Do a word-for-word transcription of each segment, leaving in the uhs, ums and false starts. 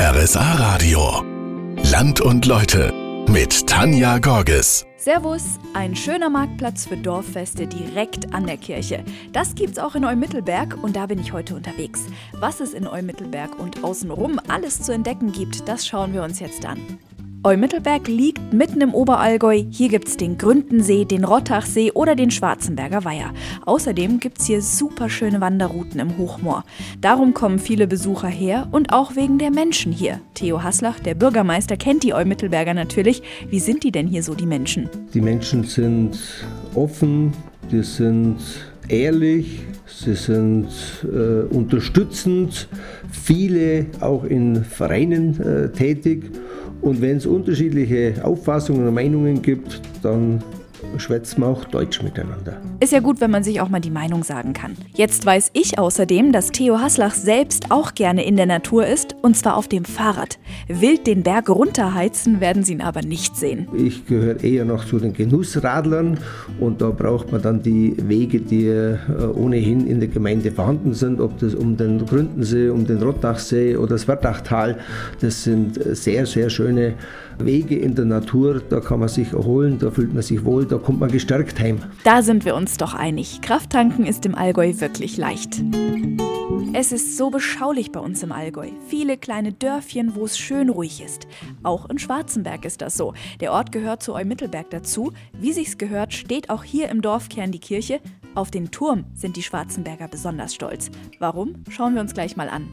R S A Radio. Land und Leute mit Tanja Gorges. Servus, ein schöner Marktplatz für Dorffeste direkt an der Kirche. Das gibt's auch in Eumittelberg und da bin ich heute unterwegs. Was es in Eumittelberg und außenrum alles zu entdecken gibt, das schauen wir uns jetzt an. Eumittelberg liegt mitten im Oberallgäu. Hier gibt's den Gründensee, den Rottachsee oder den Schwarzenberger Weiher. Außerdem gibt's hier super schöne Wanderrouten im Hochmoor. Darum kommen viele Besucher her und auch wegen der Menschen hier. Theo Haslach, der Bürgermeister, kennt die Eumittelberger natürlich. Wie sind die denn hier so, die Menschen? Die Menschen sind offen, die sind ehrlich, sie sind äh, unterstützend, viele auch in Vereinen äh, tätig. Und wenn es unterschiedliche Auffassungen und Meinungen gibt, dann schwätzen wir auch Deutsch miteinander. Ist ja gut, wenn man sich auch mal die Meinung sagen kann. Jetzt weiß ich außerdem, dass Theo Haslach selbst auch gerne in der Natur ist, und zwar auf dem Fahrrad. Wild den Berg runterheizen werden Sie ihn aber nicht sehen. Ich gehöre eher noch zu den Genussradlern und da braucht man dann die Wege, die äh, ohnehin in der Gemeinde vorhanden sind, ob das um den Gründensee, um den Rottachsee oder das Wörthachtal. Das sind sehr, sehr schöne Wege in der Natur, da kann man sich erholen, da fühlt man sich wohl, da kommt man gestärkt heim. Da sind wir uns doch einig. Krafttanken ist im Allgäu wirklich leicht. Es ist so beschaulich bei uns im Allgäu. Viele kleine Dörfchen, wo es schön ruhig ist. Auch in Schwarzenberg ist das so. Der Ort gehört zu Eumittelberg dazu. Wie sich's gehört, steht auch hier im Dorfkern die Kirche. Auf den Turm sind die Schwarzenberger besonders stolz. Warum? Schauen wir uns gleich mal an.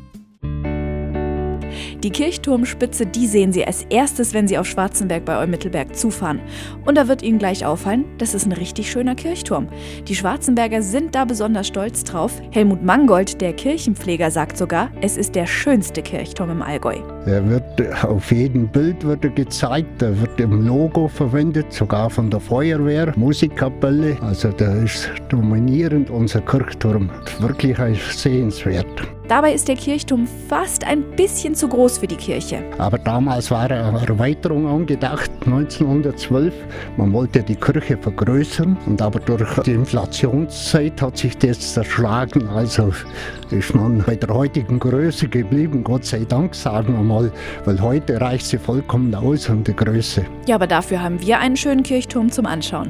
Die Kirchturmspitze, die sehen Sie als erstes, wenn Sie auf Schwarzenberg bei Eumittelberg zufahren. Und da wird Ihnen gleich auffallen, das ist ein richtig schöner Kirchturm. Die Schwarzenberger sind da besonders stolz drauf. Helmut Mangold, der Kirchenpfleger, sagt sogar, es ist der schönste Kirchturm im Allgäu. Er wird auf jedem Bild wird er gezeigt, er wird im Logo verwendet, sogar von der Feuerwehr, Musikkapelle. Also da ist dominierend unser Kirchturm, wirklich sehenswert. Dabei ist der Kirchturm fast ein bisschen zu groß für die Kirche. Aber damals war eine Erweiterung angedacht, neunzehnhundertzwölf. Man wollte die Kirche vergrößern, und aber durch die Inflationszeit hat sich das zerschlagen. Also ist man bei der heutigen Größe geblieben, Gott sei Dank, sagen wir mal, weil heute reicht sie vollkommen aus an der Größe. Ja, aber dafür haben wir einen schönen Kirchturm zum Anschauen.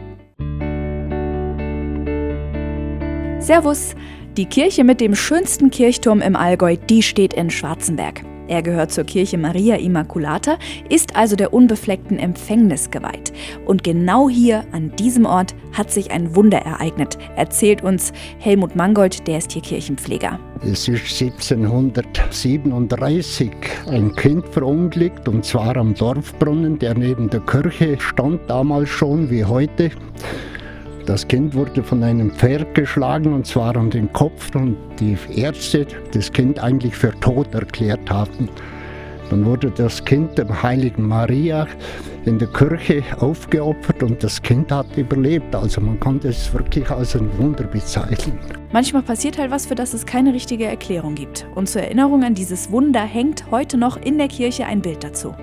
Servus! Die Kirche mit dem schönsten Kirchturm im Allgäu, die steht in Schwarzenberg. Er gehört zur Kirche Maria Immaculata, ist also der unbefleckten Empfängnis geweiht. Und genau hier, an diesem Ort, hat sich ein Wunder ereignet, erzählt uns Helmut Mangold, der ist hier Kirchenpfleger. Es ist siebzehnhundertsiebenunddreißig ein Kind verunglückt, und zwar am Dorfbrunnen, der neben der Kirche stand, damals schon wie heute. Das Kind wurde von einem Pferd geschlagen, und zwar an den Kopf, und die Ärzte das Kind eigentlich für tot erklärt hatten. Dann wurde das Kind dem heiligen Maria in der Kirche aufgeopfert, und das Kind hat überlebt. Also man kann das wirklich als ein Wunder bezeichnen. Manchmal passiert halt was, für das es keine richtige Erklärung gibt. Und zur Erinnerung an dieses Wunder hängt heute noch in der Kirche ein Bild dazu.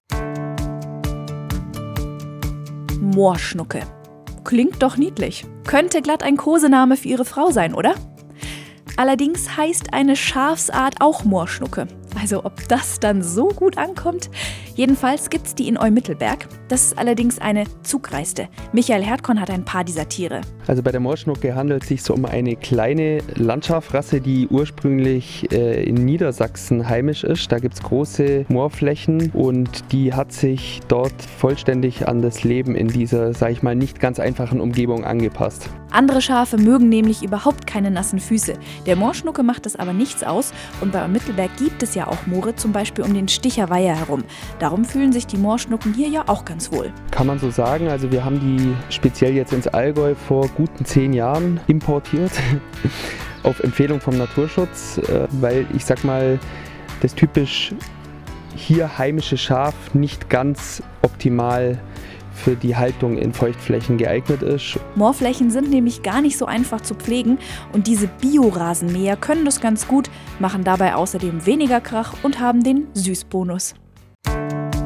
Moorschnucke. Klingt doch niedlich. Könnte glatt ein Kosename für Ihre Frau sein, oder? Allerdings heißt eine Schafsart auch Moorschnucke. Also ob das dann so gut ankommt? Jedenfalls gibt's die in Eumittelberg. Das ist allerdings eine Zugreiste. Michael Herdkorn hat ein paar dieser Tiere. Also bei der Moorschnucke handelt es sich so um eine kleine Landschafrasse, die ursprünglich äh, in Niedersachsen heimisch ist. Da gibt es große Moorflächen, und die hat sich dort vollständig an das Leben in dieser, sag ich mal, nicht ganz einfachen Umgebung angepasst. Andere Schafe mögen nämlich überhaupt keine nassen Füße. Der Moorschnucke macht das aber nichts aus, und bei Eumittelberg gibt es ja auch Moore, zum Beispiel um den Sticher Weiher herum. Darum fühlen sich die Moorschnucken hier ja auch ganz wohl. Kann man so sagen. Also wir haben die speziell jetzt ins Allgäu vor guten zehn Jahren importiert, auf Empfehlung vom Naturschutz, weil ich sag mal, das typisch hier heimische Schaf nicht ganz optimal für die Haltung in Feuchtflächen geeignet ist. Moorflächen sind nämlich gar nicht so einfach zu pflegen, und diese Biorasenmäher können das ganz gut, machen dabei außerdem weniger Krach und haben den Süßbonus.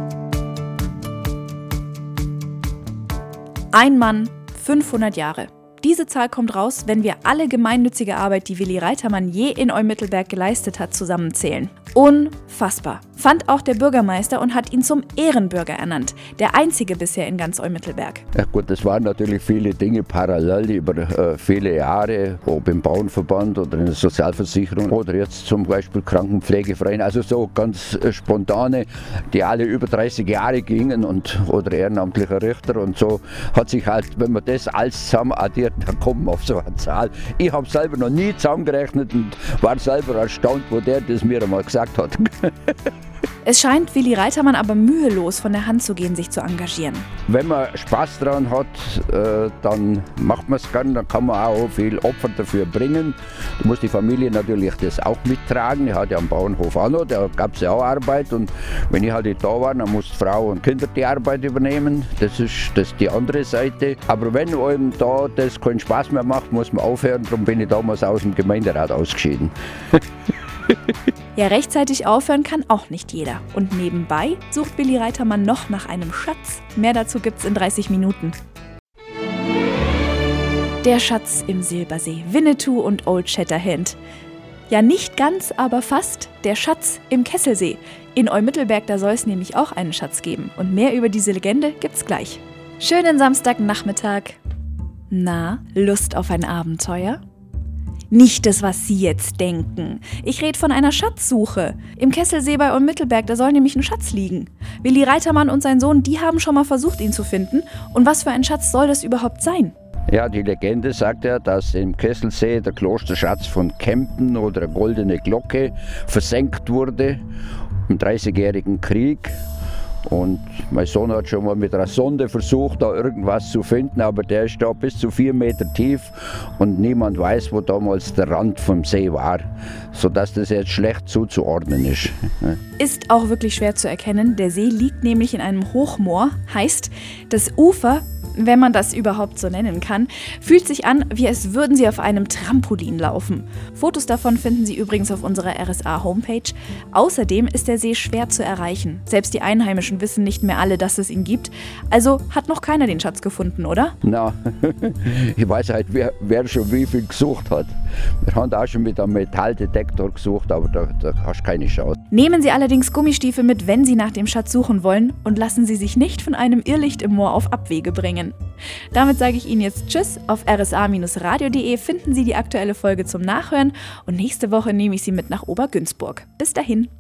Ein Mann, fünfhundert Jahre. Diese Zahl kommt raus, wenn wir alle gemeinnützige Arbeit, die Willi Reitermann je in Eumittelberg geleistet hat, zusammenzählen. Unfassbar. Fand auch der Bürgermeister und hat ihn zum Ehrenbürger ernannt. Der einzige bisher in ganz Eumittelberg. Ja gut, das waren natürlich viele Dinge parallel über äh, viele Jahre, ob im Bauernverband oder in der Sozialversicherung oder jetzt zum Beispiel Krankenpflegeverein. Also so ganz äh, spontane, die alle über dreißig Jahre gingen und oder ehrenamtlicher Richter und so hat sich halt, wenn man das alles zusammen addiert, dann kommt man auf so eine Zahl. Ich habe selber noch nie zusammengerechnet und war selber erstaunt, wo der das mir einmal gesagt hat. Es scheint Willi Reitermann aber mühelos von der Hand zu gehen, sich zu engagieren. Wenn man Spaß daran hat, äh, dann macht man es gern, dann kann man auch viel Opfer dafür bringen. Da muss die Familie natürlich das auch mittragen. Ich hatte ja am Bauernhof auch noch, da gab es ja auch Arbeit und wenn ich halt nicht da war, dann mussten Frau und Kinder die Arbeit übernehmen. Das ist, das ist die andere Seite. Aber wenn einem da das keinen Spaß mehr macht, muss man aufhören. Darum bin ich damals aus dem Gemeinderat ausgeschieden. Ja, rechtzeitig aufhören kann auch nicht jeder. Und nebenbei sucht Willi Reitermann noch nach einem Schatz. Mehr dazu gibt's in dreißig Minuten. Der Schatz im Silbersee, Winnetou und Old Shatterhand. Ja, nicht ganz, aber fast. Der Schatz im Kesselsee. In Eumittelberg, da soll es nämlich auch einen Schatz geben. Und mehr über diese Legende gibt's gleich. Schönen Samstagnachmittag. Na, Lust auf ein Abenteuer? Nicht das, was Sie jetzt denken. Ich rede von einer Schatzsuche. Im Kesselsee bei Eumittelberg, da soll nämlich ein Schatz liegen. Willi Reitermann und sein Sohn, die haben schon mal versucht, ihn zu finden. Und was für ein Schatz soll das überhaupt sein? Ja, die Legende sagt ja, dass im Kesselsee der Klosterschatz von Kempten oder eine goldene Glocke versenkt wurde im Dreißigjährigen Krieg. Und mein Sohn hat schon mal mit einer Sonde versucht, da irgendwas zu finden, aber der ist da bis zu vier Meter tief und niemand weiß, wo damals der Rand vom See war, sodass das jetzt schlecht zuzuordnen ist. Ist auch wirklich schwer zu erkennen. Der See liegt nämlich in einem Hochmoor, heißt, das Ufer, wenn man das überhaupt so nennen kann, fühlt sich an, wie als würden sie auf einem Trampolin laufen. Fotos davon finden Sie übrigens auf unserer R S A-Homepage. Außerdem ist der See schwer zu erreichen. Selbst die Einheimischen wissen nicht mehr alle, dass es ihn gibt. Also hat noch keiner den Schatz gefunden, oder? Na, ich weiß halt, wer, wer schon wie viel gesucht hat. Wir haben auch schon mit einem Metalldetektor gesucht, aber da, da hast du keine Chance. Nehmen Sie allerdings Gummistiefel mit, wenn Sie nach dem Schatz suchen wollen, und lassen Sie sich nicht von einem Irrlicht im Moor auf Abwege bringen. Damit sage ich Ihnen jetzt Tschüss. Auf r s a Bindestrich radio punkt de finden Sie die aktuelle Folge zum Nachhören und nächste Woche nehme ich Sie mit nach Obergünzburg. Bis dahin.